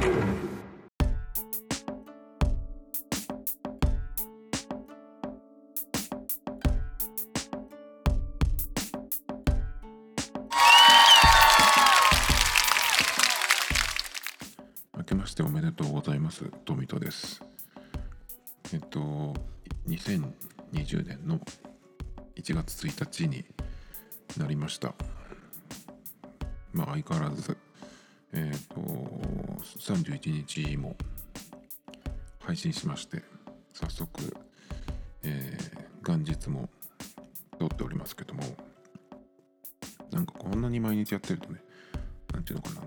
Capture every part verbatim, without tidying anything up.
明けましておめでとうございます。トミトです。えっとにせんにじゅうねんのいちがつついたちになりました。まあ相変わらずえっとさんじゅういちにちも配信しまして、早速、えー、元日も撮っておりますけども、なんかこんなに毎日やってるとね、なんていうのかな、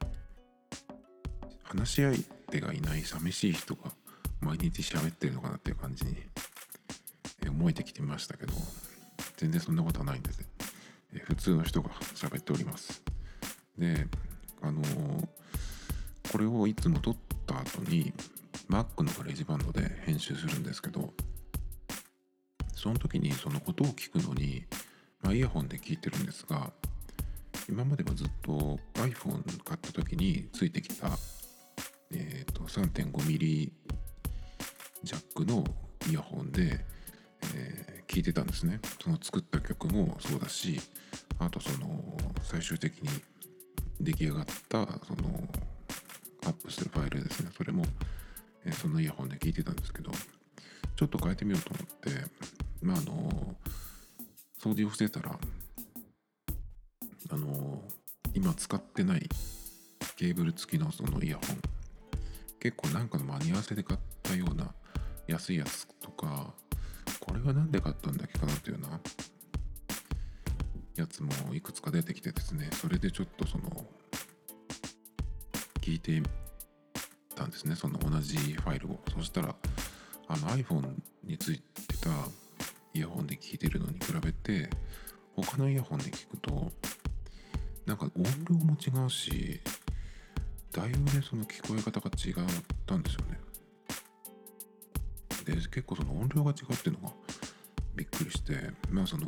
話し相手がいない寂しい人が毎日喋ってるのかなっていう感じに思えてきてましたけど、全然そんなことはないんですね。普通の人が喋っております。で、あのー、これをいつも撮った後に Mac のガレージバンドで編集するんですけど、その時にその音を聞くのに、まあ、イヤホンで聞いてるんですが、今まではずっと iPhone 買った時についてきたえー、と さんてんごミリ ジャックのイヤホンで、えー、聞いてたんですね。その作った曲もそうだし、あとその最終的に出来上がったそのアップするファイルですね、それも、えー、そのイヤホンで聞いてたんですけど、ちょっと変えてみようと思って、まああの掃除をしてたら、あの今使ってないケーブル付きのそのイヤホン、結構なんかの間に合わせで買ったような安いやつとか、これはなんで買ったんだっけかなっていうようなやつもいくつか出てきてですね、それでちょっとその聞いてたんですね、その同じファイルを。そしたらあの iPhone についてたイヤホンで聞いてるのに比べて、他のイヤホンで聞くとなんか音量も違うし、だいぶねその聞こえ方が違ったんですよね。で結構その音量が違うっていうのがびっくりして、まあその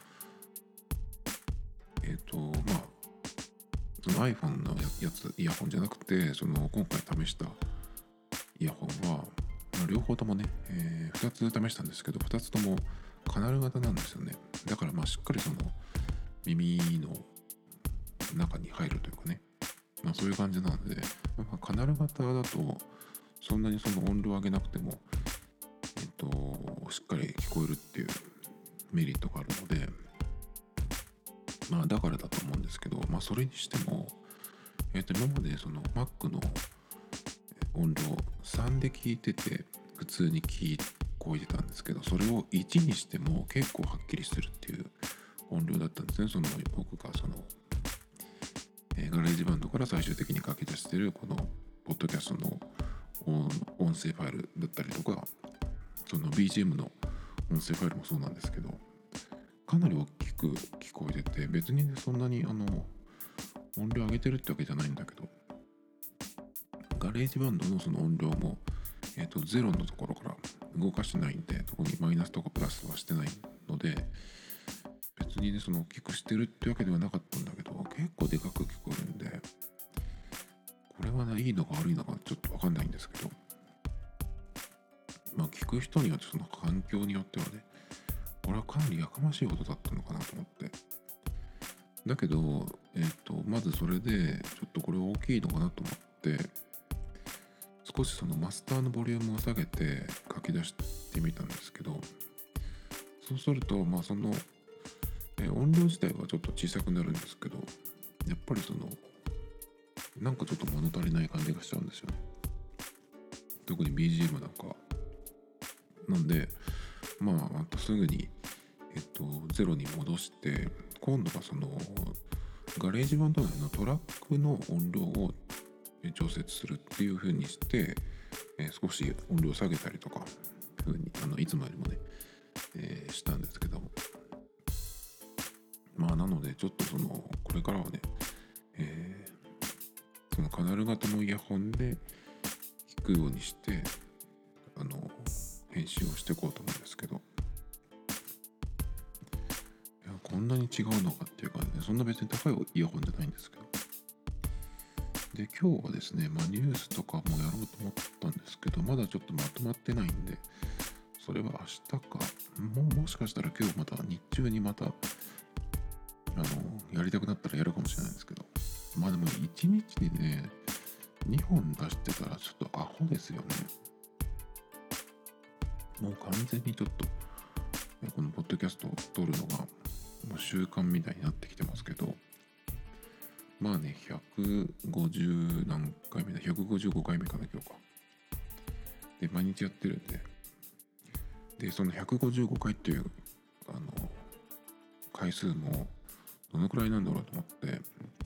えっ、ー、とまあその iPhone のやつイヤホンじゃなくて、その今回試したイヤホンは、まあ、両方ともね、えー、ふたつ試したんですけど、ふたつともカナル型なんですよね。だからまあしっかりその耳の中に入るというかね、まあそういう感じなので、まあ、カナル型だとそんなにその音量上げなくてもえっとしっかり聞こえるっていうメリットがあるので、まあだからだと思うんですけど、まあそれにしても、えっと今までその Mac の音量さんで聞いてて普通に聞こえてたんですけど、それをいちにしても結構はっきりするっていう音量だったんですね。その僕がその、えー、ガレージバンドから最終的に書き出してるこのポッドキャストの音声ファイルだったりとか、その ビージーエム の音声ファイルもそうなんですけど、かなり大きく聞こえてて、別に、ね、そんなにあの音量上げてるってわけじゃないんだけど、ガレージバンドのその音量も、えーと、ゼロのところから動かしてないんで、そこにマイナスとかプラスはしてないので、別にねその大きくしてるってわけではなかったんだけど、結構でかく聞こえるんで、これはねいいのか悪いのかちょっと分かんないんですけど、まあ聞く人によってその環境によってはね、これはかなりやかましい音だったのかなと思って、だけどえっ、ー、とまずそれでちょっとこれ大きいのかなと思って、少しそのマスターのボリュームを下げて書き出してみたんですけど、そうするとまあその、え音量自体はちょっと小さくなるんですけど、やっぱりそのなんかちょっと物足りない感じがしちゃうんですよね。特に ビージーエム なんかなんで、まあまたすぐにえっとゼロに戻して、今度はそのガレージバンド内のトラックの音量を調節するっていう風にして、えー、少し音量下げたりとか風にあのいつもよりもね、えー、したんですけど、まあなのでちょっとそのこれからはね、えー、そのカナル型のイヤホンで聞くようにしてあの編集をしていこうと思うんですけど、いやこんなに違うのかっていうかね、そんな別に高いイヤホンじゃないんですけど、 で、今日はですね、まあ、ニュースとかもやろうと思ったんですけど、まだちょっとまとまってないんで、それは明日か、ももしかしたら今日また日中にまた、あの、やりたくなったらやるかもしれないんですけど、まあでもいちにちにね、にほん出してたらちょっとアホですよね。もう完全にちょっと、このポッドキャストを撮るのが、もう習慣みたいになってきてますけど、まあね、ひゃくごじゅう何回目だ、ひゃくごじゅうごかいめかな、今日か。で、毎日やってるんで、で、そのひゃくごじゅうごかいっていう、あの、回数も、どのくらいなんだろうと思って、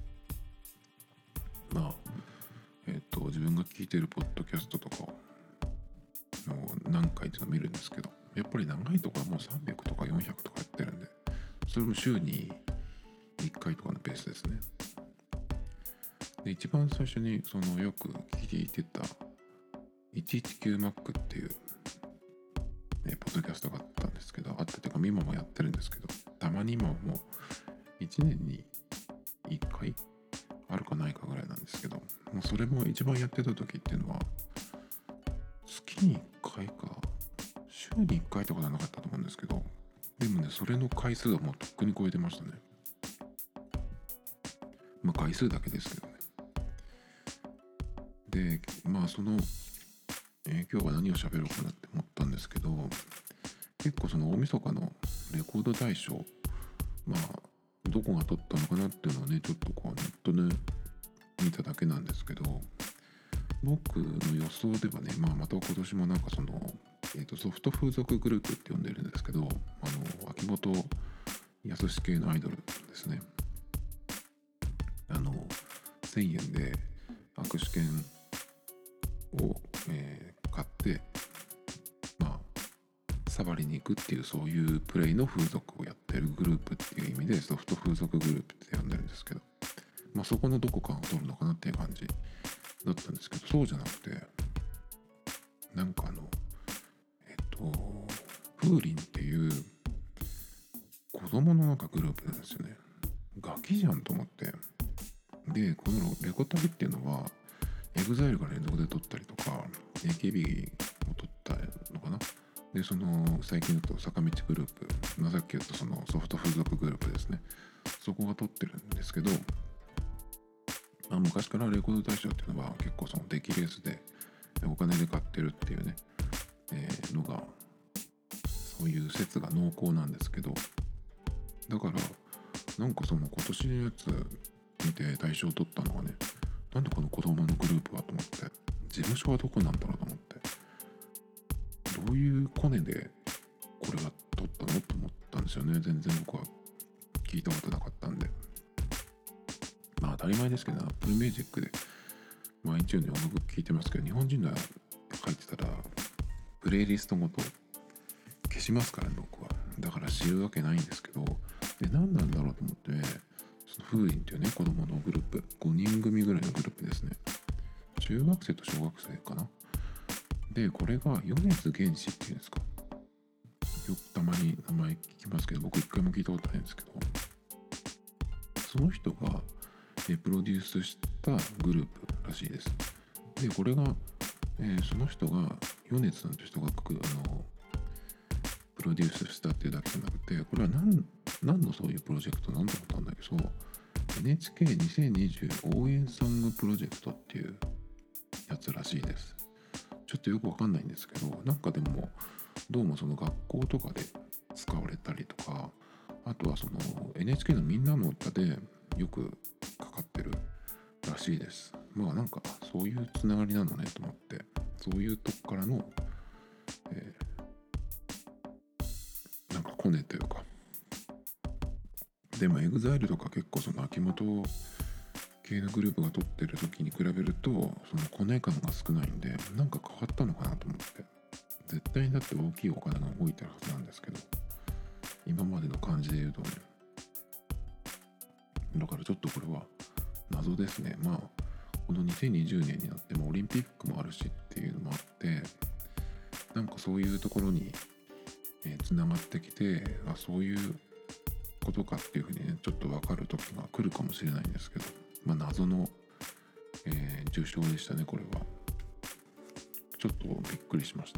まあ、えっと、自分が聞いてるポッドキャストとかを、何回っていうのを見るんですけど、やっぱり長いところはもうさんびゃくとかよんひゃくとかやってるんで、それも週にいっかいとかのペースですね。で、一番最初にそのよく聞いてた いちいちきゅうマック っていう、ね、ポッドキャストがあったんですけど、あったというか今もやってるんですけど、たまに今はもういちねんにいっかいあるかないかぐらいなんですけど、もうそれも一番やってた時っていうのは月にいっかいか週にいっかいとかじゃなかったと思うんですけど、でもね、それの回数はもうとっくに超えてましたね。まあ回数だけですけどね。で、まあその、えー、今日は何を喋ろうかなって思ったんですけど、結構その大晦日のレコード大賞、まあどこが取ったのかなっていうのをね、ちょっとこうネットで見ただけなんですけど、僕の予想ではね、まあまた今年もなんかその、えーと、ソフト風俗グループって呼んでるんですけど、あの秋元康系のアイドルですね。あのせんえんで握手券を、えー買って、まあ触りに行くっていう、そういうプレイの風俗をやってるグループっていう意味でソフト風俗グループって呼んでるんですけど、まあそこのどこかを取るのかなっていう感じだったんですけど、そうじゃなくて、なんかあのえっと風鈴っていう子供のなんかグループなんですよね。ガキじゃんと思って。で、このレコ旅っていうのはエグザイルが連続で撮ったりとか エーケービー も撮ったのかな。で、その最近だと坂道グループ、まあ、さっき言ったそのソフト風俗グループですね、そこが撮ってるんですけど、まあ、昔からレコード大賞っていうのは結構その出来レースでお金で買ってるっていうね、えー、のが、そういう説が濃厚なんですけど、だからなんかその今年のやつ見て大賞を取ったのがね、なんでこの子供のグループはと思って、事務所はどこなんだろうと思って、どういうコネでこれが取ったのと思ったんですよね。全然僕は聞いたことなかったんで、まあ当たり前ですけど、Apple Music で毎日のように音楽聴いてますけど、日本人の入ってたらプレイリストごと消しますからね、僕は。だから知るわけないんですけど、で、何なんだろうと思って、その風鈴っていうね、子供のグループ、ごにん組ぐらいのグループですね。中学生と小学生かな。で、これが米津玄師っていうんですか。よくたまに名前聞きますけど、僕一回も聞いたことないんですけど、その人がプロデュースしたグループらしいです。で、これが、えー、その人が、米津さんという人があのプロデュースしたっていうだけじゃなくて、これは何、何のそういうプロジェクトなんだったんだけど、エヌエイチケーにせんにじゅう 応援ソングプロジェクトっていうやつらしいです。ちょっとよくわかんないんですけど、なんかでもどうもその学校とかで使われたりとか、あとはその エヌエイチケー のみんなの歌でよくかかってるらしいです。まあなんかそういうつながりなのねと思って、そういうとこからの、えー、なんかコネというか。でも エグザイル とか結構その秋元系のグループが撮ってる時に比べるとそのコネ感が少ないんで、なんか変わったのかなと思って。絶対にだって大きいお金が動いてるはずなんですけど、今までの感じで言うとね、だからちょっとこれは謎ですね。まあこのにせんにじゅうねんになってもオリンピックもあるしっていうのもあって、なんかそういうところにつながってきて、あ、そういうことかっていうふうにね、ちょっと分かる時が来るかもしれないんですけど、まあ謎の、え受賞でしたね。これはちょっとびっくりしました。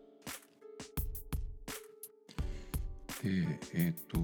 でえっ、と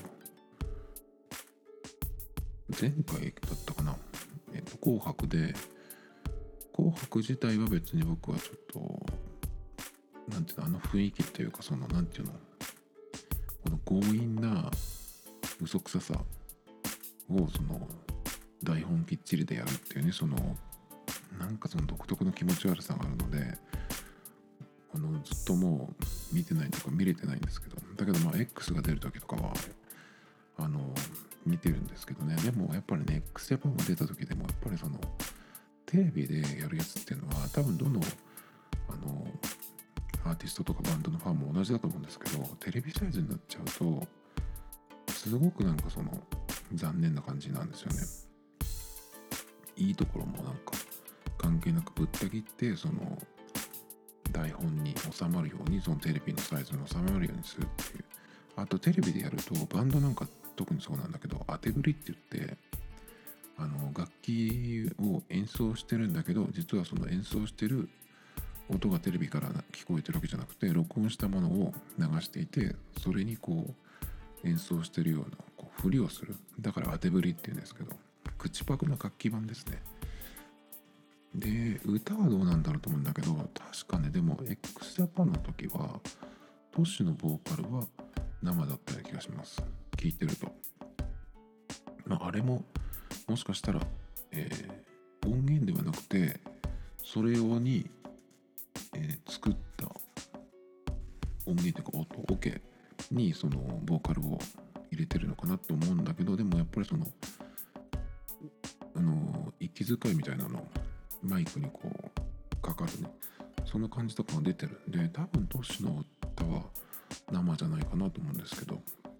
前回だったかな、えっ、と紅白で紅白自体は別に僕はちょっとなんていうの、あの雰囲気っていうか、そのなんていうの、この強引な嘘くささをその台本きっちりでやるっていうね、そのなんかその独特の気持ち悪さがあるので、あのずっともう見てないとか見れてないんですけど、だけどまあ X が出る時とかはあの見てるんですけどね。でもやっぱりね X ジャパンが出た時でもやっぱりそのテレビでやるやつっていうのは多分どのあのアーティストとかバンドのファンも同じだと思うんですけど、テレビサイズになっちゃうとすごくなんかその残念な感じなんですよね。いいところもなんか関係なくぶった切ってその台本に収まるように、そのテレビのサイズに収まるようにするっていう。あとテレビでやるとバンドなんか特にそうなんだけど、当て振りって言ってあの楽器を演奏してるんだけど、実はその演奏してる音がテレビから聞こえてるわけじゃなくて、録音したものを流していて、それにこう演奏してるようなこう振りをする。だから当て振りっていうんですけど、口パクの楽器版ですね。で歌はどうなんだろうと思うんだけど、確かね、でも X ジャパンの時はトシのボーカルは生だったような気がします、聞いてると。まあ、あれももしかしたら、えー、音源ではなくてそれ用にえー、作った音源というか音オケにそのボーカルを入れてるのかなと思うんだけど、でもやっぱりそのあの息遣いみたいなのマイクにこうかかるね、その感じとかが出てるんで、多分トシの歌は生じゃないかなと思うんですけど、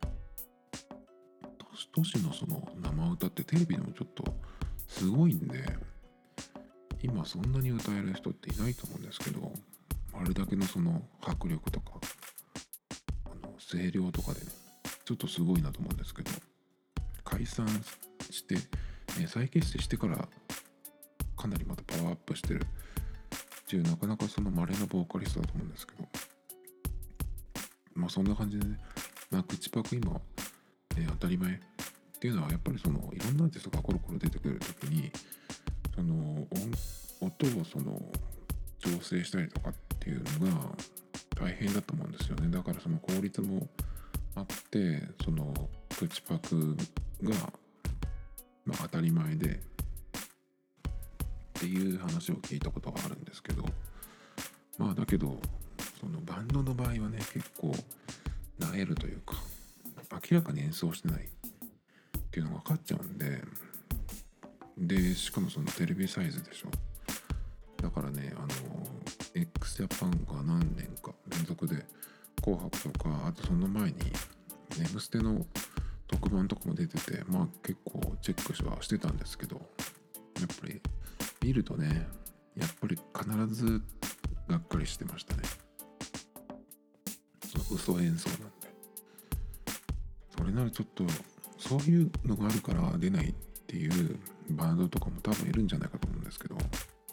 トシのその生歌ってテレビでもちょっとすごいんで、今そんなに歌える人っていないと思うんですけど、あれだけのその迫力とかあの声量とかでね、ちょっとすごいなと思うんですけど、解散して、えー再結成してからかなりまたパワーアップしてるっていう、なかなかその稀なボーカリストだと思うんですけど、まあそんな感じでね、まあ、口パク今、えー当たり前っていうのはやっぱりそのいろんなアーティストがコロコロ出てくるときに、その音音をその調整したりとかっていうのが大変だと思うんですよね。だからその効率もあって、その口パクが、まあ、当たり前でっていう話を聞いたことがあるんですけど、まあだけどそのバンドの場合はね、結構なえるというか、明らかに演奏してないっていうのが分かっちゃうんで、でしかもそのテレビサイズでしょ。だからね、あの X ジャパンが何年か連続で紅白とか、あとその前にネムステの特番とかも出てて、まあ結構チェックはしてたんですけど、やっぱり見るとね、やっぱり必ずがっかりしてましたね。その嘘演奏なんで。それならちょっとそういうのがあるから出ないっていうバンドとかも多分いるんじゃないかと思うんですけど、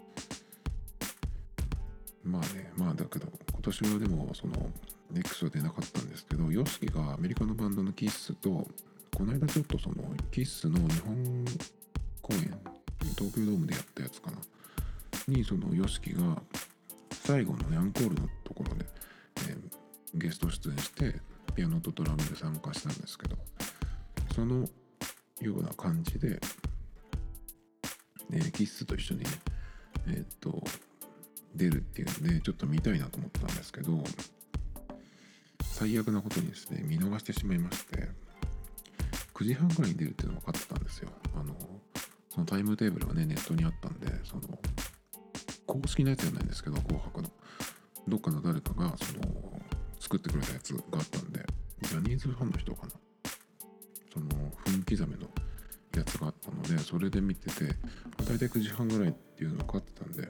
まあね、まあだけど今年はでもその X は出なかったんですけど、YOSHIKI がアメリカのバンドのキッスと、この間ちょっとそのキッスの日本公演、東京ドームでやったやつかなに、その YOSHIKI が最後のねアンコールのところで、えー、ゲスト出演してピアノとドラムで参加したんですけど、そのような感じで、えー、キッスと一緒にね、えー、っと出るっていうんでちょっと見たいなと思ったんですけど、最悪なことにですね見逃してしまいまして、くじはんぐらいに出るっていうのが分かってたんですよ。あのそのタイムテーブルがねネットにあったんで、その公式のやつじゃないんですけど、紅白のどっかの誰かがその作ってくれたやつがあったんで、ジャニーズファンの人かな、その分刻めのやつがあったので、それで見てて、大体くじはんぐらいっていうのが分かってたんで、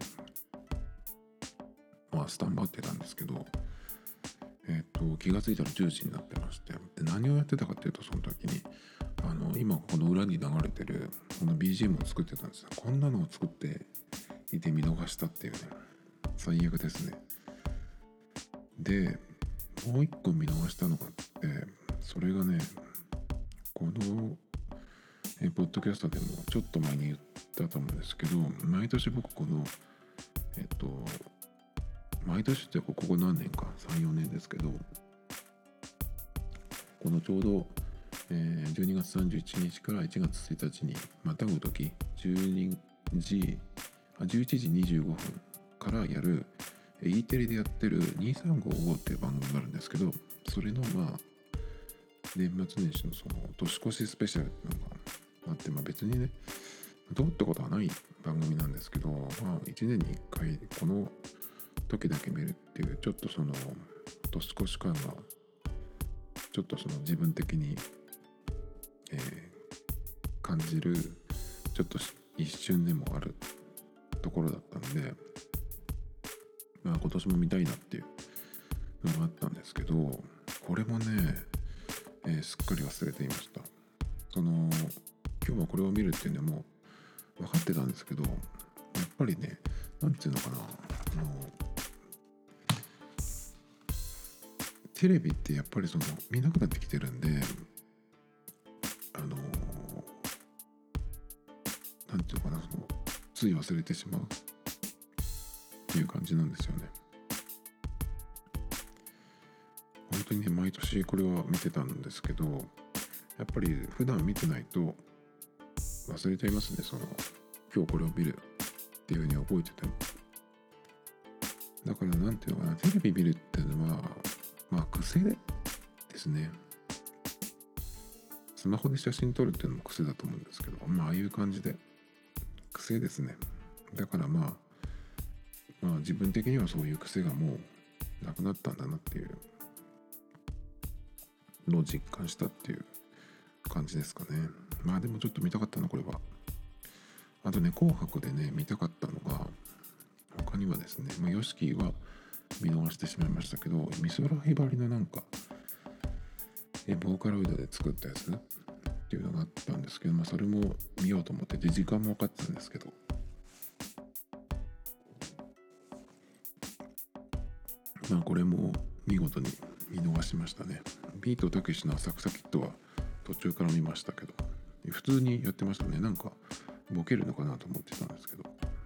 まあスタンバってたんですけど、えっと気がついたらじゅうじになってまして、で何をやってたかっていうと、その時にあの今この裏に流れてるこの ビージーエム を作ってたんですよ。こんなのを作っていて見逃したっていうね、最悪ですね。でもう一個見逃したのがあって、それがね、このえポッドキャストでもちょっと前に言ったと思うんですけど、毎年僕このえっと毎年ってここ何年かさん、よねんですけど、このちょうど、えー、じゅうにがつさんじゅういちにちからいちがつついたちにまたぐときじゅうにじあじゅういちじにじゅうごふんからやる E テレでやってるにさんごごっていう番組があるんですけど、それのまあ年末年始のその年越しスペシャルっていうのがあって、まあ別にねどうってことはない番組なんですけど、まあいちねんにいっかいこの時だけ見るっていう、ちょっとその年越し感がちょっとその自分的に、えー、感じるちょっと一瞬でもあるところだったんで、まあ今年も見たいなっていうのがあったんですけど、これもね、えー、すっかり忘れていました。その今日はこれを見るっていうのも分かってたんですけど、やっぱりね、なんていうのかな、あのテレビってやっぱりその見なくなってきてるんで、あのなんていうのかな、そのつい忘れてしまうっていう感じなんですよね。本当にね、毎年これは見てたんですけど、やっぱり普段見てないと忘れちゃいますね。その今日これを見るっていうふうに覚えてても。だからなんていうのかな、テレビ見るっていうのはまあ癖ですね。スマホで写真撮るっていうのも癖だと思うんですけど、まあああいう感じで癖ですね。だからまあまあ自分的にはそういう癖がもうなくなったんだなっていうのを実感したっていう感じですかね。まあでもちょっと見たかったなこれは。あとね、紅白でね見たかったのが他にはですね、まあ ヨシキは見逃してしまいましたけど、美空ひばりのなんかえボーカロイドで作ったやつっていうのがあったんですけど、まあそれも見ようと思ってて、時間も分かってたんですけど、まあこれも見事に見逃しましたね。ビートたけしの浅草キッドは途中から見ましたけど、普通にやってましたね。なんかボケるのかなと思ってたんですけど、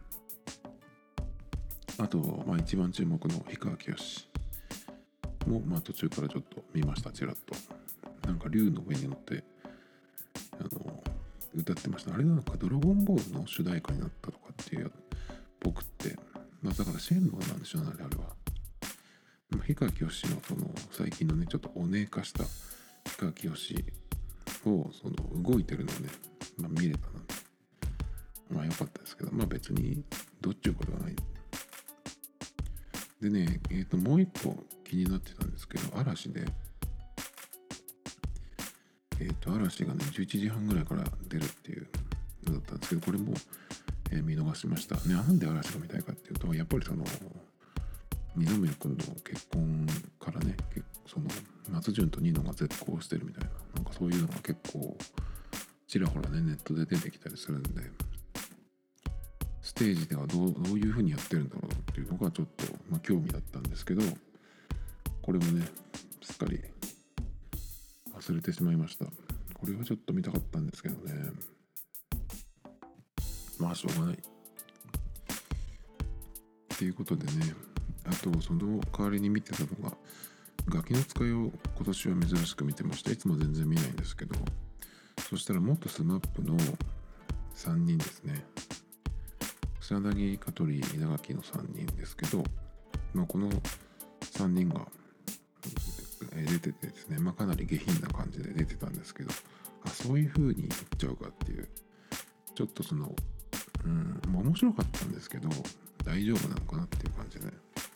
あと、まあ、一番注目の氷川きよしも、まあ、途中からちょっと見ました。ちらっとなんか竜の上に乗ってあの歌ってました。あれなんかドラゴンボールの主題歌になったとかっていう僕って、まあだからシェンロンなんでしょうね、あれは。氷川きよしのその最近のねちょっとお姉化した氷川きよしをその動いてるのをね、まあ、見れたな。まあ良かったですけど、まあ別にどっちゅうことはない。でね、えっともう一個気になってたんですけど、嵐でえっと嵐がねじゅういちじはんぐらいから出るっていうのだったんですけど、これも、えー、見逃しましたね。なんで嵐が見たいかっていうと、やっぱりその二宮君の結婚からね、その松潤とニノが絶交してるみたいな、なんかそういうのが結構ちらほらねネットで出てきたりするんで、ステージではどう、どういう風にやってるんだろうっていうのがちょっと、まあ、興味だったんですけど、これもねすっかり忘れてしまいました。これはちょっと見たかったんですけどね、まあしょうがないっていうことでね。あとその代わりに見てたのがガキの使いを今年は珍しく見てました。いつも全然見ないんですけど、そしたら元スマップのさんにんですね。草薙、香取、稲垣のさんにんですけど、まあ、このさんにんが出ててですね、まあ、かなり下品な感じで出てたんですけど、あ、そういう風に言っちゃうかっていう、ちょっとそのうん、まあ、面白かったんですけど大丈夫なのかなっていう感じで、や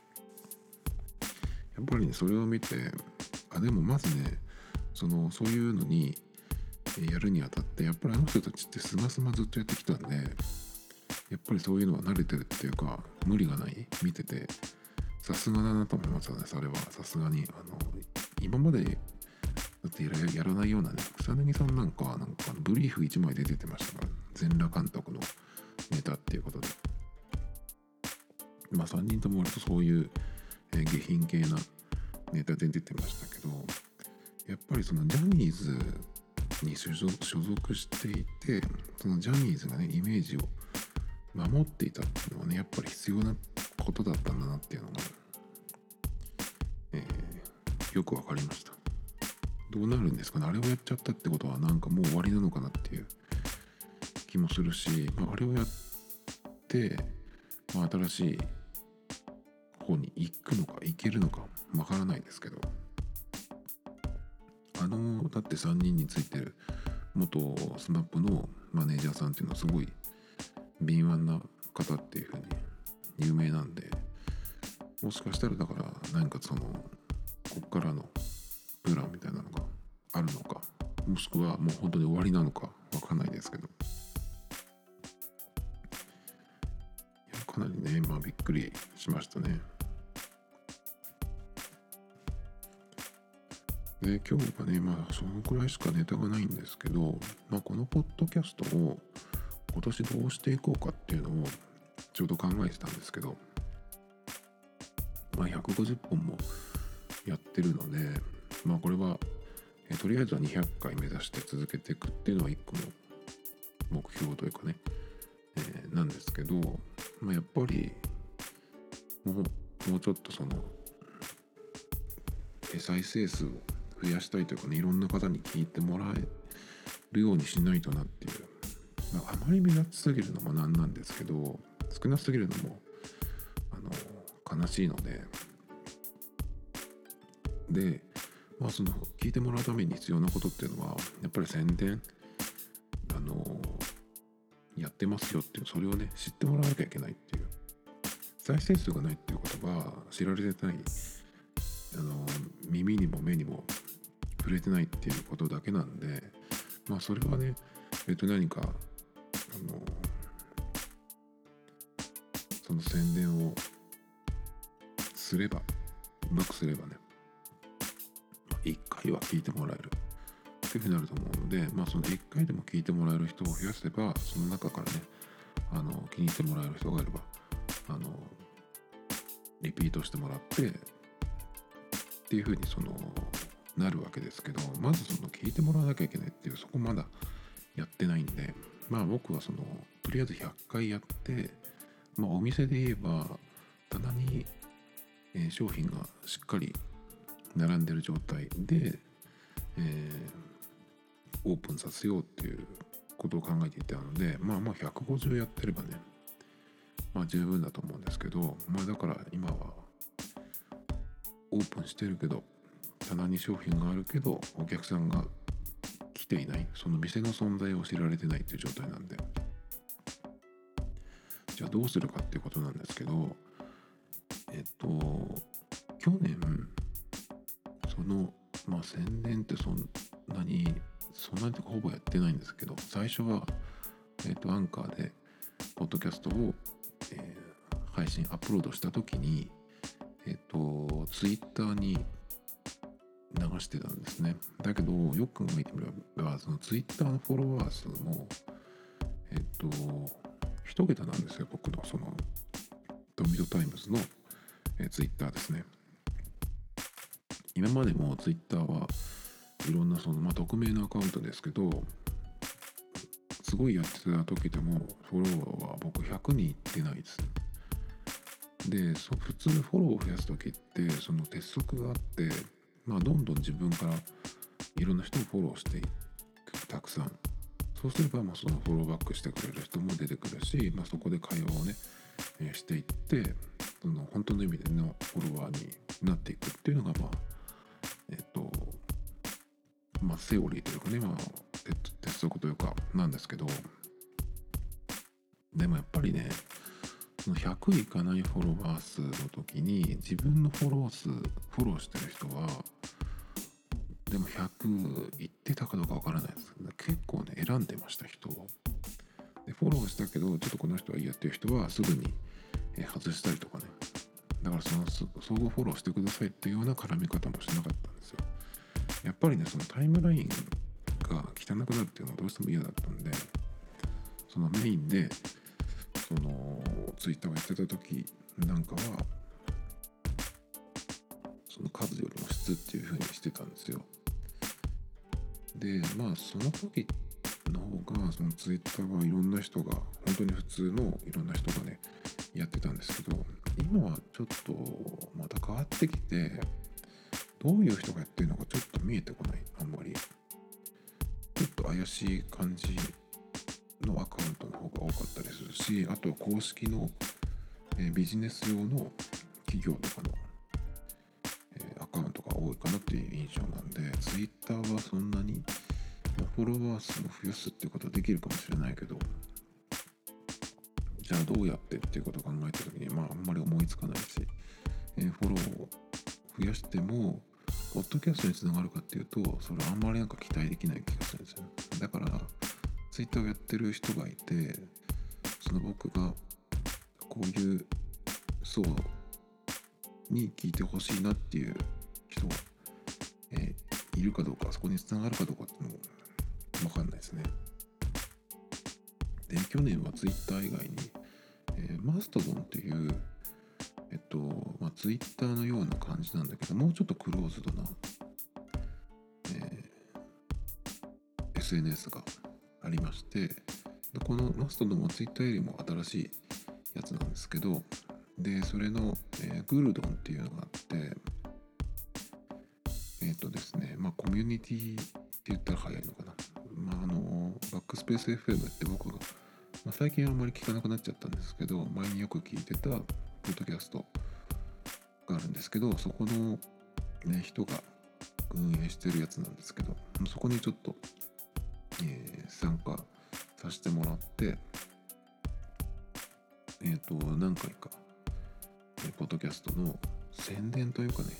っぱりねそれを見て、あでもまずねそのそういうのにやるにあたって、やっぱりあの人たちってスマスマずっとやってきたんで、やっぱりそういうのは慣れてるっていうか無理がない、見ててさすがだなと思いますよね。それはさすがにあの今までだってや ら, やらないようなね、草薙さんなんかなんかブリーフいちまいで出てましたから、全裸監督のネタっていうことで、 まあさんにんとも割とそういう、えー、下品系なネタで出てましたけど、やっぱりそのジャニーズに所属、所属していて、そのジャニーズがねイメージを守っていたっていうのはね、やっぱり必要なことだったんだなっていうのが、えー、よくわかりました。どうなるんですかね、あれをやっちゃったってことはなんかもう終わりなのかなっていう気もするし、まあ、あれをやって、まあ、新しい方に行くのか行けるのかわからないですけど、あのだってさんにんについてる元スマップのマネージャーさんっていうのはすごい敏腕な方っていう風に有名なんで、もしかしたらだから何かそのこっからのプランみたいなのがあるのか、もしくはもう本当に終わりなのかわかんないですけど、いやかなりね、まあびっくりしましたね。で今日はね、まあそのくらいしかネタがないんですけど、まあこのポッドキャストを今年どうしていこうかっていうのをちょうど考えてたんですけど、まあひゃくごじゅっぽんもやってるので、まあこれはえとりあえずはにひゃっかい目指して続けていくっていうのは一個の目標というかね、えー、なんですけど、まあ、やっぱりもうもうちょっとその再生数を増やしたいというかね、いろんな方に聞いてもらえるようにしないとなっていう、まあ、あまり目立ちすぎるのもなんなんですけど、少なすぎるのもあの悲しいので、で、まあその聞いてもらうために必要なことっていうのはやっぱり宣伝、あのやってますよっていう、それをね知ってもらわなきゃいけないっていう、再生数がないっていうことが知られてない、あの耳にも目にも触れてないっていうことだけなんで、まあそれはね、えっと何かあのその宣伝をすれば、うまくすればね、いっかいは聞いてもらえるっていうふうになると思うので、まあそのいっかいでも聞いてもらえる人を増やせば、その中からね、あの気に入ってもらえる人がいれば、あのリピートしてもらってっていうふうにそのなるわけですけど、まずその聞いてもらわなきゃいけないっていう、そこまだやってないんで、まあ僕はそのとりあえずひゃっかいやって、まあお店で言えば棚に、えー、商品がしっかり並んでる状態で、えー、オープンさせようっていうことを考えていたので、まあまあひゃくごじゅうやってればね、まあ十分だと思うんですけど、まあだから今はオープンしてるけど、棚に商品があるけどお客さんが来ていない、その店の存在を知られてないっていう状態なんで、じゃあどうするかっていうことなんですけど、えっと去年そのまあ宣伝ってそんなにそんなにとかほぼやってないんですけど、最初はえっとアンカーでポッドキャストを、えー、配信アップロードした時に、えっとツイッターに流してたんですね。だけどよく考えてみれば、そのツイッターのフォロワー数もえっと一桁なんですよ。僕のそのドミドタイムズの、えー、ツイッターですね。今までもツイッターはいろんなその、まあ、匿名のアカウントですけど、すごいやってた時でもフォロワーは僕ひゃくにんいってないです。で、そ普通フォローを増やす時ってその鉄則があって、まあどんどん自分からいろんな人をフォローしていく、たくさん。そうすればまあそのフォローバックしてくれる人も出てくるし、まあ、そこで会話をね、えー、していって、その本当の意味でのフォロワーになっていくっていうのがまあえっとまあセオリーというかね、まあ鉄則というかなんですけど、でもやっぱりね、そのひゃくいかないフォロワー数の時に自分のフォロー数フォローしてる人はでもひゃくいってたかどうかわからないです。結構ね選んでました、人を。でフォローしたけどちょっとこの人はいいやっていう人はすぐに外したりとかね、だからその相互フォローしてくださいっていうような絡み方もしなかったんですよ。やっぱりね、そのタイムラインが汚くなるっていうのはどうしても嫌だったんで、そのメインでそのツイッターをやってた時なんかはその数よりも質っていう風にしてたんですよ。でまあその時の方がそのツイッターはいろんな人が本当に普通のいろんな人がねやってたんですけど、今はちょっとまた変わってきて、どういう人がやってるのかちょっと見えてこない。あんまりちょっと怪しい感じのアカウントの方が多かったりするし、あとは公式の、えービジネス用の企業とかの、えーアカウントが多いかなっていう印象なんで、ツイッターはそんなにまあフォロワー数を増やすっていうことはできるかもしれないけど、じゃあどうやってっていうことを考えた時にまああんまり思いつかないし、えーフォローを増やしてもポッドキャストにつながるかっていうと、それはあんまりなんか期待できない気がするんですよ。だからツイッターをやってる人がいて、その僕がこういう層に聞いてほしいなっていう人が、えーいるかどうか、そこにつながるかどうかっていうのも分かんないですね。で去年はツイッター以外に、えーマストドンっていうえっとまあツイッターのような感じなんだけど、もうちょっとクローズドな、えー エスエヌエス がありまして、でこのマストドンはツイッターよりも新しいやつなんですけど、でそれの、えーグルドンっていうのがあって、えっ、とですねまあコミュニティって言ったら早いのかな。まああのバックスペース エフエム って僕が、まあ、最近はあんまり聞かなくなっちゃったんですけど、前によく聞いてたポッドキャストがあるんですけど、そこの、ね、人が運営してるやつなんですけど、そこにちょっと、えー参加させてもらって、えっ、と何回か、えーポッドキャストの宣伝というかね、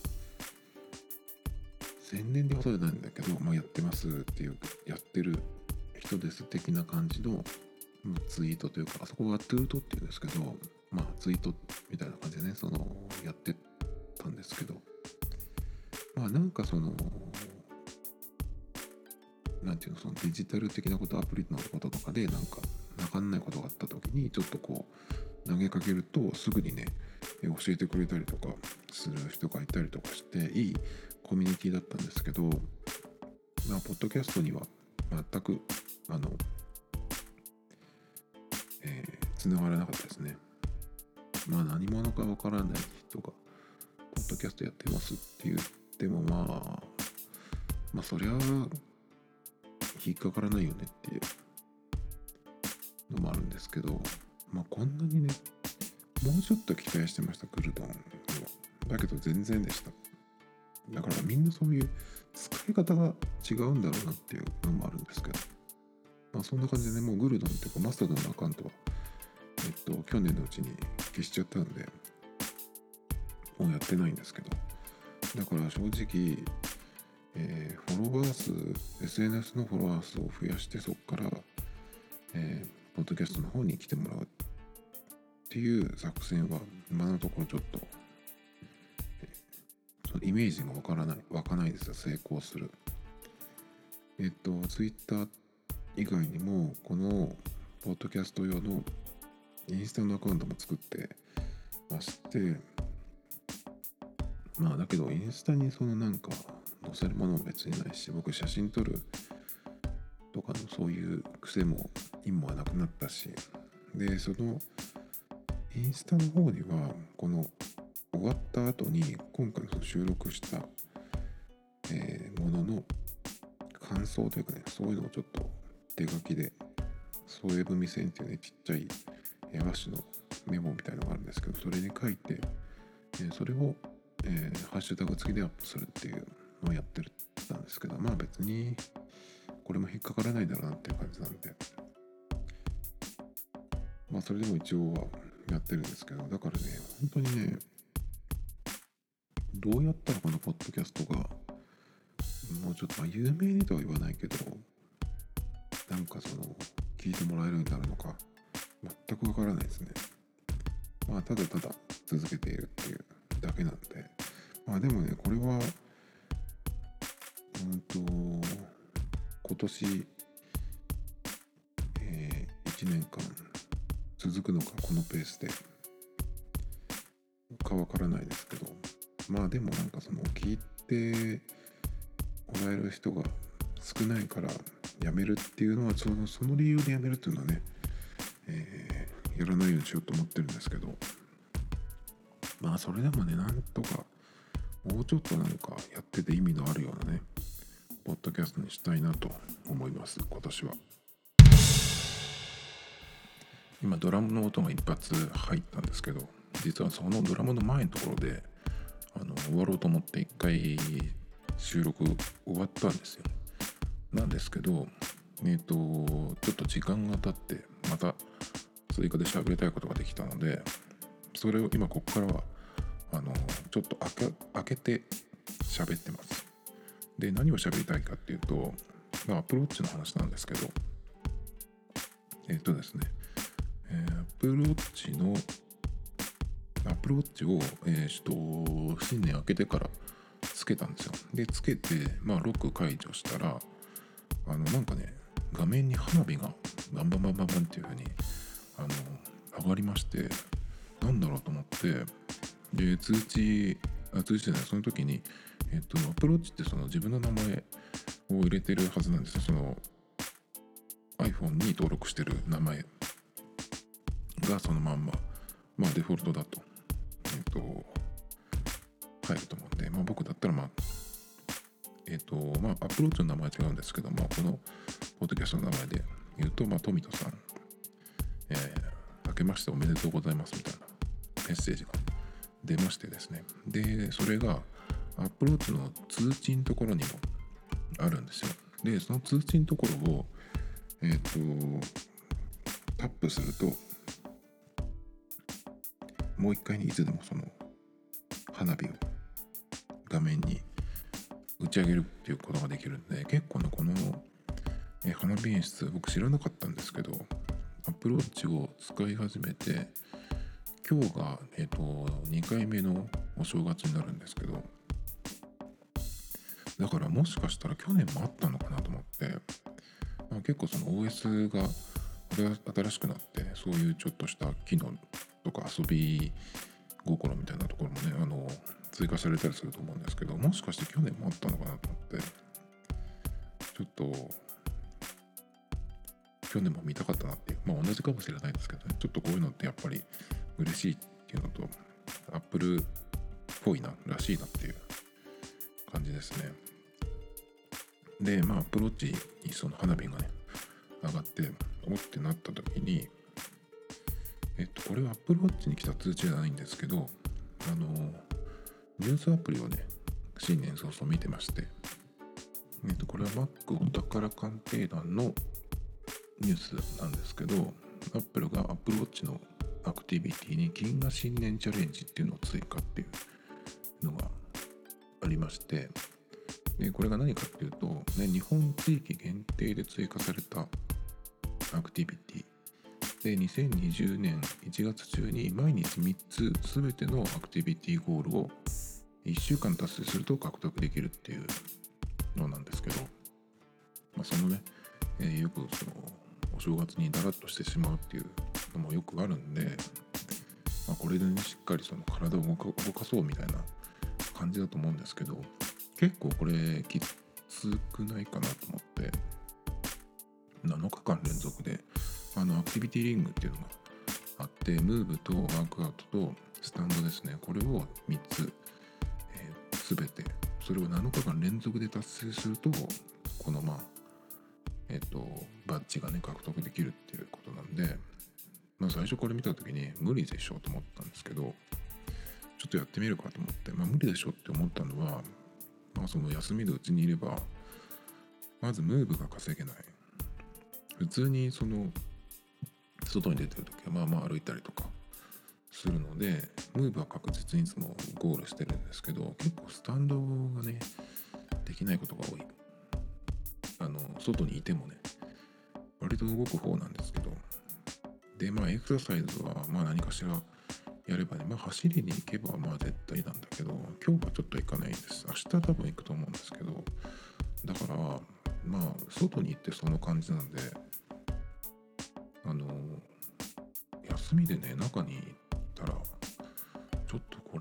宣伝ではそうじゃないんだけど、まあ、やってますっていう、やってる人です的な感じの、まあ、ツイートというか、あそこはトゥートっていうんですけど、まあツイートみたいな感じでね、そのやってたんですけど、まあなんかそのなんていうの、そのデジタル的なこと、アプリのこととかでなんか分かんないことがあった時にちょっとこう投げかけるとすぐにね教えてくれたりとかする人がいたりとかして、いいコミュニティだったんですけど、まあポッドキャストには全くあのえー、繋がらなかったですね。まあ何者かわからない人がポッドキャストやってますって言っても、まあまあそりゃ引っかからないよねっていうのもあるんですけど、まあこんなにねもうちょっと期待してました、クルドンには。だけど全然でした。だからみんなそういう使い方が違うんだろうなっていうのもあるんですけど、まあそんな感じでね、もうグルドンっていうかマストドンのアカウントはえっと去年のうちに消しちゃったんでもうやってないんですけど、だから正直、えーフォロワー数 エスエヌエス のフォロワー数を増やして、そこから、えーポッドキャストの方に来てもらうっていう作戦は今のところちょっと、えーそのイメージがわからない湧かないですよ、成功する。えっと Twitter 以外にもこのポッドキャスト用のインスタのアカウントも作ってまして、まあだけどインスタにそのなんか載せるものも別にないし、僕写真撮るとかのそういう癖も今はなくなったし、でそのインスタの方にはこの終わった後に今回その収録した、えーものの感想というかね、そういうのをちょっと手書きで添え文線っていうね、ちっちゃい和紙のメモみたいなのがあるんですけど、それに書いて、えーそれを、えーハッシュタグ付きでアップするっていうのをやってるたんですけど、まあ別にこれも引っかからないだろうなっていう感じなんで、まあそれでも一応はやってるんですけど、だからね本当にね、どうやったらこのポッドキャストがもうちょっと、まあ有名にとは言わないけど、なんかその聞いてもらえるようになるのか全くわからないですね。まあただただ続けているっていうだけなんで、まあでもねこれはうんと今年、えー、いちねんかん続くのか、このペースでかわからないですけど、まあでもなんかその聞いてもらえる人が少ないからやめるっていうのはそのその理由でやめるっていうのはね、えーやらないようにしようと思ってるんですけど、まあそれでもね、なんとかもうちょっとなんかやってて意味のあるようなねポッドキャストにしたいなと思います。今年は今ドラムの音が一発入ったんですけど、実はそのドラムの前のところであの終わろうと思って一回収録終わったんですよ。なんですけど、えっとちょっと時間が経ってまた追加で喋りたいことができたので、それを今ここからはあのちょっと開け、開けて喋ってます。で、何を喋りたいかっていうと、まあ、アプローチの話なんですけど、えっとですね、えー、アプローチのアプローチを、えー、と新年明けてからつけたんですよ。で、つけて、まあ、ロック解除したら、あのなんかね、画面に花火がバンバンバンバンバンっていう風にあの上がりまして、なんだろうと思って、で、通知、あ、通知じゃない、その時に、えっと、アプローチってその自分の名前を入れてるはずなんですよ。その iPhone に登録してる名前がそのまんま、まあデフォルトだと、えっと、入ると思うんで、まあ僕だったらまあ、えっと、まあアプローチの名前は違うんですけど、まあこのポッドキャストの名前で言うと、まあトミトさん、えー、明けましておめでとうございますみたいなメッセージが出ましてですね。で、それがアプローチの通知のところにもあるんですよ。で、その通知のところを、えっと、タップすると、もう一回にいつでもその花火を画面に打ち上げるっていうことができるんで、結構ね、このえ花火演出、僕知らなかったんですけど、アプローチを使い始めて、今日が、えっと、にかいめのお正月になるんですけど、だからもしかしたら去年もあったのかなと思って、まあ、結構その オーエス が新しくなって、そういうちょっとした機能とか遊び心みたいなところもね、あの追加されたりすると思うんですけど、もしかして去年もあったのかなと思って、ちょっと去年も見たかったなっていう、まあ同じかもしれないですけどね、ちょっとこういうのってやっぱり嬉しいっていうのと、Apple っぽいな、らしいなっていう感じですね。で、まあアプローチにその花火がね、上がって、おってなった時に、えっと、これは Apple Watch に来た通知じゃないんですけど、あの、ニュースアプリをね、新年早々見てまして、えっと、これは Mac お宝鑑定団のニュースなんですけど、Apple が Apple Watch のアクティビティに銀河新年チャレンジっていうのを追加っていうのがありまして、でこれが何かっていうと、ね、日本地域限定で追加されたアクティビティで、にせんにじゅうねんいちがつ中に毎日みっつすべてのアクティビティゴールをいっしゅうかん達成すると獲得できるっていうのなんですけど、まあ、そのね、えー、よくそのお正月にだらっとしてしまうっていうのもよくあるんで、まあ、これでねしっかりその体を動か、動かそうみたいな感じだと思うんですけど、結構これきつくないかなと思って、なのかかん連続であのアクティビティリングっていうのがあって、ムーブとワークアウトとスタンドですね、これをみっつ、えー、全てそれをなのかかん連続で達成すると、このまあえっ、ー、とバッジがね獲得できるっていうことなんで、まあ最初これ見た時に無理でしょと思ったんですけど、ちょっとやってみるかと思って、まあ無理でしょって思ったのは、まあその休みでうちにいればまずムーブが稼げない。普通にその外に出てる時はまあまあ歩いたりとかするので、ムーブは確実にいつもゴールしてるんですけど、結構スタンドがねできないことが多い。あの外にいてもね割と動く方なんですけど、でまあエクササイズはまあ何かしらやればね、まあ走りに行けばまあ絶対なんだけど、今日はちょっと行かないです。明日多分行くと思うんですけど、だからまあ外に行ってその感じなんで、あの休みでね中に行ったらちょっとこれ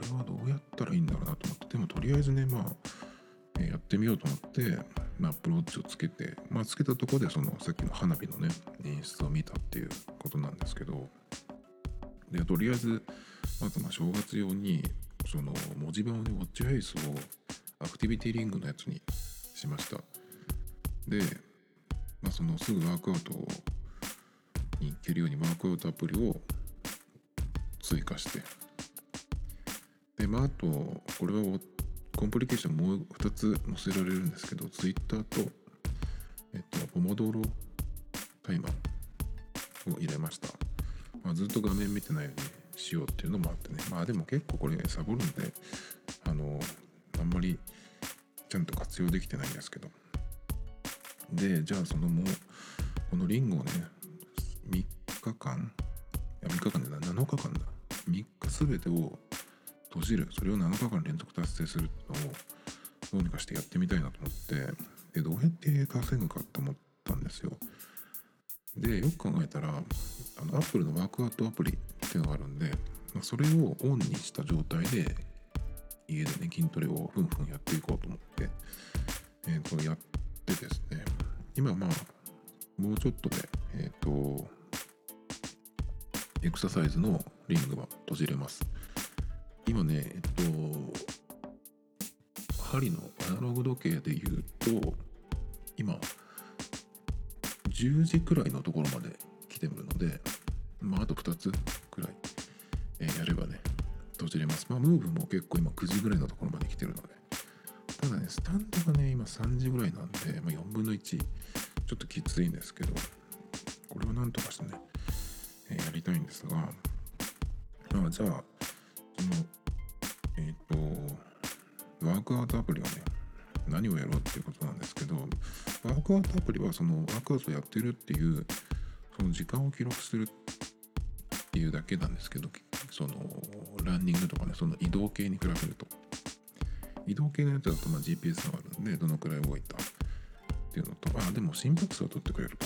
れはどうやったらいいんだろうなと思って、でもとりあえずね、まあ、えーやってみようと思って、まあ、アプローチをつけて、まあ、つけたところでそのさっきの花火のね演出を見たっていうことなんですけど、でとりあえずまずまあ正月用にその文字盤をね、ウォッチフェイスをアクティビティリングのやつにしました。で、まあ、そのすぐワークアウトに行けるようにワークアウトアプリを追加して、でまああとこれはコンプリケーションもうふたつ載せられるんですけど、ツイッターとえっとポモドーロタイマーを入れました。まあ、ずっと画面見てないようにしようっていうのもあってね、まあでも結構これサボるんで、あのあんまりちゃんと活用できてないんですけど、でじゃあそのもうこのリングをねみっかかん、いやみっかかんでななのかかんだ、みっかすべてを閉じる、それをなのかかん連続達成するのをどうにかしてやってみたいなと思って、でどうやって稼ぐかと思ったんですよ。でよく考えたら、あの Apple のワークアウトアプリっていうのがあるんで、まあ、それをオンにした状態で家でね筋トレをふんふんやっていこうと思って、えー、とやってですね、今まあもうちょっとでえっ、ー、とエクササイズのリングは閉じれます。今ねえっと針のアナログ時計でいうと今じゅうじくらいのところまで来てるので、まああとふたつくらい、えーやればね閉じれます。まあムーブも結構今くじぐらいのところまで来てるので、ただねスタンドがね今さんじぐらいなんで、まあ、よんぶんのいちちょっときついんですけど、これをなんとかしてね、えーやりたいんですが、まあじゃあそのえっ、とワークアウトアプリはね何をやろうっていうことなんですけど、ワークアウトアプリはそのワークアウトやってるっていうその時間を記録するっていうだけなんですけど、そのランニングとかね、その移動系に比べると移動系のやつだとまあ ジーピーエス があるんでどのくらい動いたっていうのと、あでも心拍数は取ってくれるか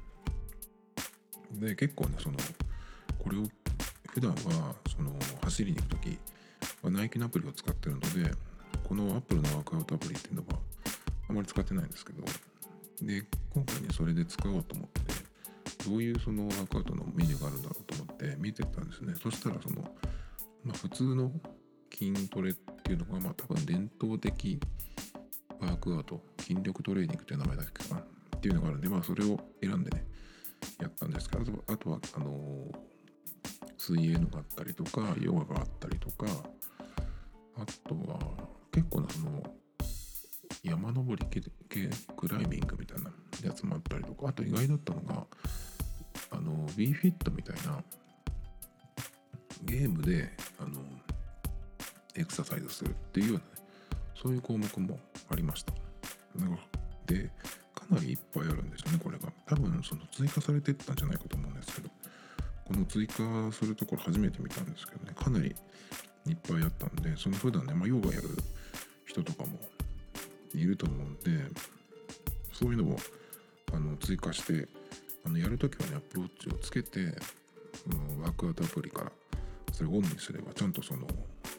で、結構ねそのこれを普段はその走りに行くときはナイキのアプリを使ってるので、この Apple のワークアウトアプリっていうのはあまり使ってないんですけど、で今回ねそれで使おうと思って、どういうそのワークアウトのメニューがあるんだろうと思って見てたんですね。そしたらその、まあ、普通の筋トレっていうのがまあ多分伝統的ワークアウト、筋力トレーニングっていう名前だっけかなっていうのがあるんで、まあそれを選んでねやったんですけど、あとはあの水泳のがあったりとかヨガがあったりとか、あとは結構なその山登り系クライミングみたいなやつもあったりとか、あと意外だったのがあの WeFit みたいなゲームであのエクササイズするっていうような、ね、そういう項目もありました。でかなりいっぱいあるんですよね。これが多分その追加されていったんじゃないかと思うんですけど、この追加するところ初めて見たんですけどね、かなりいっぱいあったんで、その普段ね、まあ、ヨガやる人とかもいると思うんで、そういうのをあの追加してあのやるときはねアプローチをつけて、うん、ワークアウトアプリからそれをオンにすればちゃんとその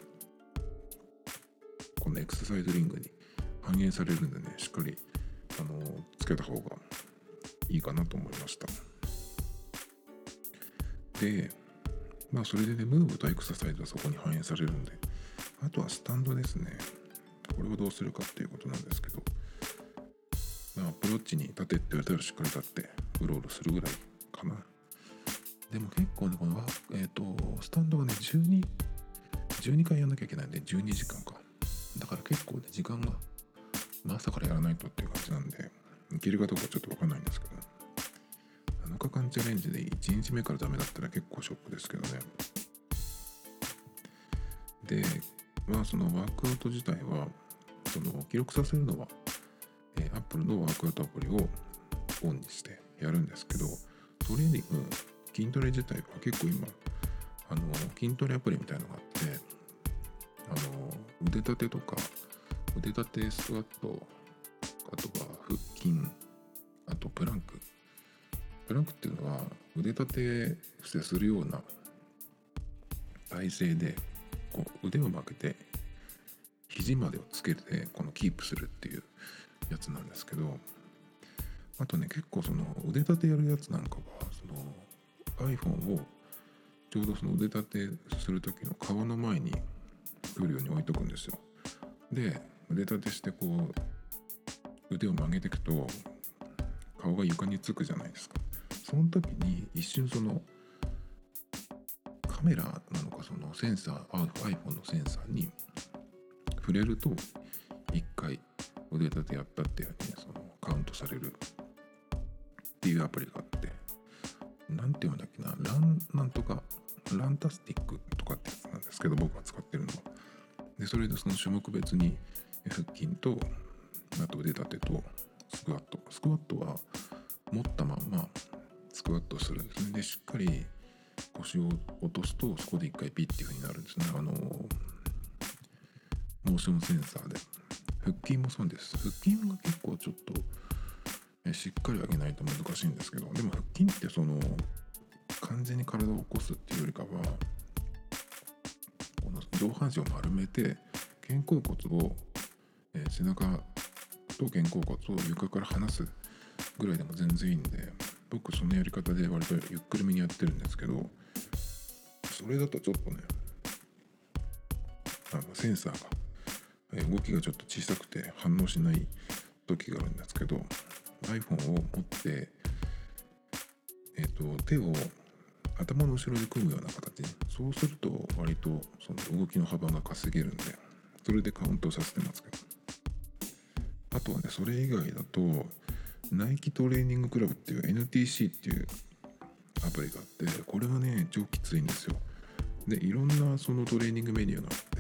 このエクササイズリングに反映されるんでね、しっかりあのつけた方がいいかなと思いました。でまあそれでねムーブとエクササイズはそこに反映されるんで、あとはスタンドですね。これをどうするかっていうことなんですけど、まあ、アプローチに立てって言われたらしっかり立ってうろうろするぐらいかな。でも結構ねこのえっ、ー、とスタンドがねじゅうに、じゅうにかいやんなきゃいけないんでじゅうにじかんか。だから結構ね時間が、まあ、朝からやらないとっていう感じなんで、いけるかどうかちょっと分かんないんですけど、なのかかんチャレンジでいちにちめからダメだったら結構ショックですけどね。でまあそのワークアウト自体はその記録させるのは、えー、Apple のワークアウトアプリをオンにしてやるんですけど、トレーニング筋トレ自体は結構今あの筋トレアプリみたいなのがあって、あの腕立てとか腕立てスクワット、あとは腹筋、あとプランクプランクっていうのは腕立て伏せするような体勢でこう腕を曲げて肘までをつけてこのキープするっていうやつなんですけど、あとね結構その腕立てやるやつなんかはその iPhone をちょうどその腕立てする時の顔の前に来るように置いとくんですよ。で腕立てしてこう腕を曲げていくと顔が床につくじゃないですか。その時に一瞬そのカメラなのかそのセンサー iPhone のセンサーに触れると一回腕立てやったっていうふうにそのカウントされるっていうアプリがあって、なんていうんだっけな、ランなんとかランタスティックとかってやつなんですけど、僕が使ってるのは。でそれでその種目別に腹筋とあと腕立てとスクワットスクワットは持ったまんまスクワットするんですね。でしっかり腰を落とすとそこで一回ピッっていう風になるんですね。あのモーションセンサーで。腹筋もそうです。腹筋が結構ちょっとえしっかり上げないと難しいんですけど、でも腹筋ってその完全に体を起こすっていうよりかはこの上半身を丸めて肩甲骨を、えー、背中と肩甲骨を床から離すぐらいでも全然いいんで、僕そのやり方で割とゆっくりめにやってるんですけど、それだとちょっとねあのセンサーが、えー、動きがちょっと小さくて反応しない時があるんですけど、 iPhone を持って、えー、と手を頭の後ろで組むような形に、そうすると割とその動きの幅が稼げるんで、それでカウントさせてますけど、あとはねそれ以外だとナイキトレーニングクラブっていう エヌティーシー っていうアプリがあって、これはね超きついんですよ。でいろんなそのトレーニングメニューがあって、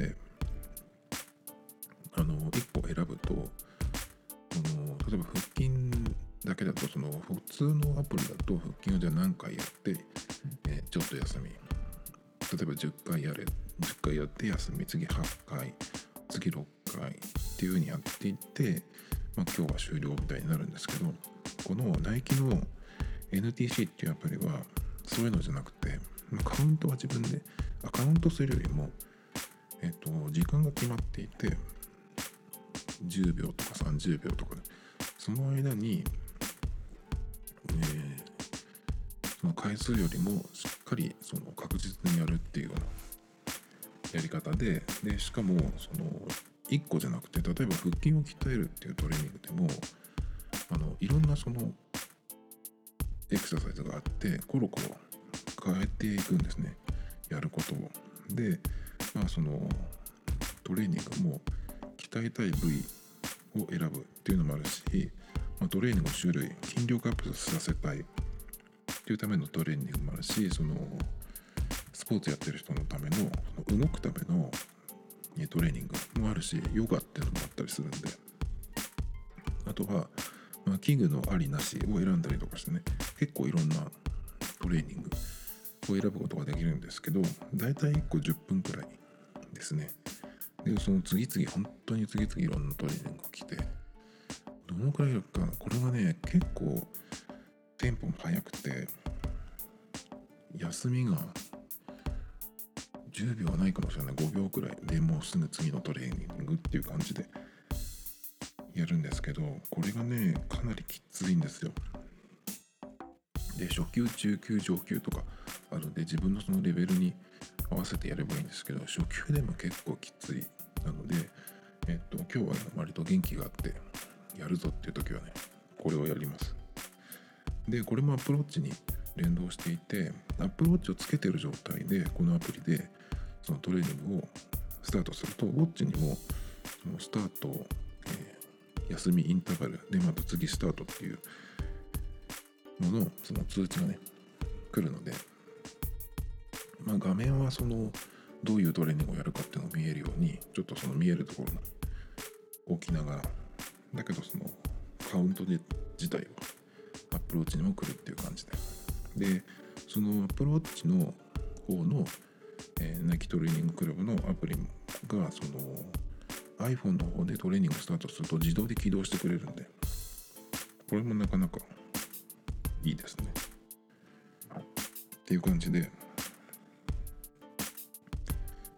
あのいっこ選ぶとその例えば腹筋だけだとその普通のアプリだと腹筋をじゃあ何回やって、えー、ちょっと休み、例えばじゅっかいやれじゅっかいやって休み、次はちかい、次ろっかいっていう風にやっていって、まあ、今日は終了みたいになるんですけど、このナイキの エヌティーシー っていうアプリはそういうのじゃなくて、まあ、カウントは自分でアカウントするよりも、えっと、時間が決まっていてじゅうびょうとかさんじゅうびょうとかで、その間に、えー、その回数よりもしっかりその確実にやるっていうようなやり方で、でしかもそのいっこじゃなくて、例えば腹筋を鍛えるっていうトレーニングでもあのいろんなそのエクササイズがあってコロコロ変えていくんですね、やることを。でまあそのトレーニングも鍛えたい部位を選ぶっていうのもあるし、まあ、トレーニングの種類、筋力アップさせたいっていうためのトレーニングもあるし、そのスポーツやってる人のための、その動くためのトレーニングもあるし、ヨガっていうのもあったりするんで、あとは、まあ、器具のありなしを選んだりとかしてね、結構いろんなトレーニングを選ぶことができるんですけど、だいたいいっこじゅっぷんくらいですね。でその次々本当に次々いろんなトレーニングが来て、どのくらいかな、これはね結構テンポも速くて休みがじゅうびょうはないかもしれない、ごびょうくらいでもうすぐ次のトレーニングっていう感じでやるんですけど、これがねかなりきついんですよ。で初級中級上級とかあるので、自分のそのレベルに合わせてやればいいんですけど、初級でも結構きついなので、えっと今日は割と元気があってやるぞっていう時はねこれをやります。でこれもアプローチに連動していて、アプローチをつけてる状態でこのアプリでそのトレーニングをスタートすると、ウォッチにもそのスタート、えー、休みインターバルでまた次スタートっていうののその通知がね来るので、まあ、画面はそのどういうトレーニングをやるかっていうのが見えるようにちょっとその見えるところに置きながら、だけどそのカウントで自体はアプローチにも来るっていう感じで、でそのアプローチの方の、えー、ナイキトレーニングクラブのアプリがその iPhone の方でトレーニングをスタートすると自動で起動してくれるんで、これもなかなかいいですねっていう感じで、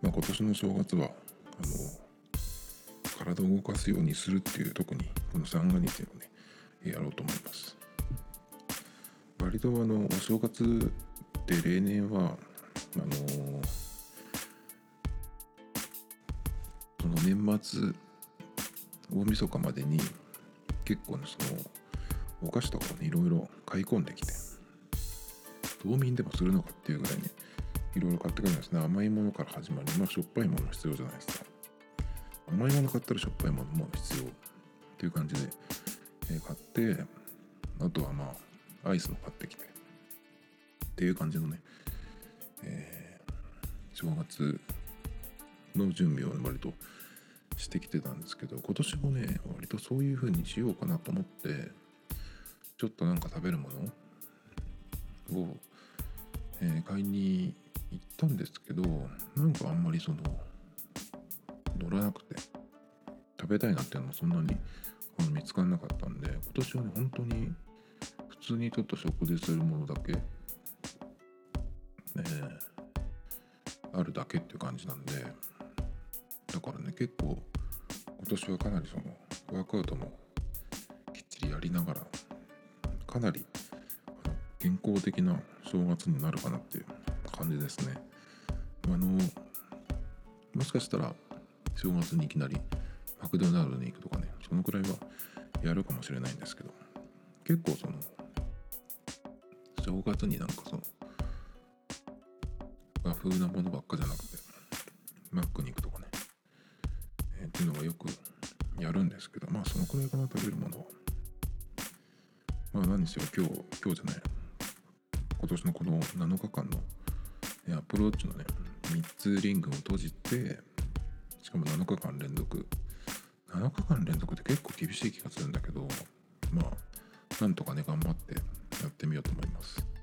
まあ、今年の正月はあの体を動かすようにするっていう、特にこの三が日をねやろうと思います。割とあのお正月って例年はあのその年末大晦日までに結構ねそのお菓子とかをねいろいろ買い込んできて、冬眠でもするのかっていうぐらいねいろいろ買ってくるんですね。甘いものから始まり、まあしょっぱいもの必要じゃないですか。甘いもの買ったらしょっぱいものも必要っていう感じで、えー買って、あとはまあアイスも買ってきてっていう感じのね、えー正月の準備を割としてきてたんですけど、今年もね割とそういう風にしようかなと思って、ちょっとなんか食べるものを、えー買いに行ったんですけど、なんかあんまりその乗らなくて、食べたいなっていうのもそんなにあの見つからなかったんで、今年はね本当に普通にちょっと食事するものだけ、えーあるだけっていう感じなんで、だからね結構今年はかなりそのワークアウトもきっちりやりながら、かなりあの健康的な正月になるかなっていう感じですね。あのもしかしたら正月にいきなりマクドナルドに行くとかね、そのくらいはやるかもしれないんですけど、結構その正月になんかその和風なものばっかじゃなくてマックに行くとかね、えーっていうのがよくやるんですけど、まあそのくらいかな、食べるものは。まあ何にせよ今日今日じゃない今年のこのなのかかんのアップルウォッチのねみっつリングを閉じて、しかもなのかかん連続なのかかん連続って結構厳しい気がするんだけど、まあなんとかね頑張ってやってみようと思います。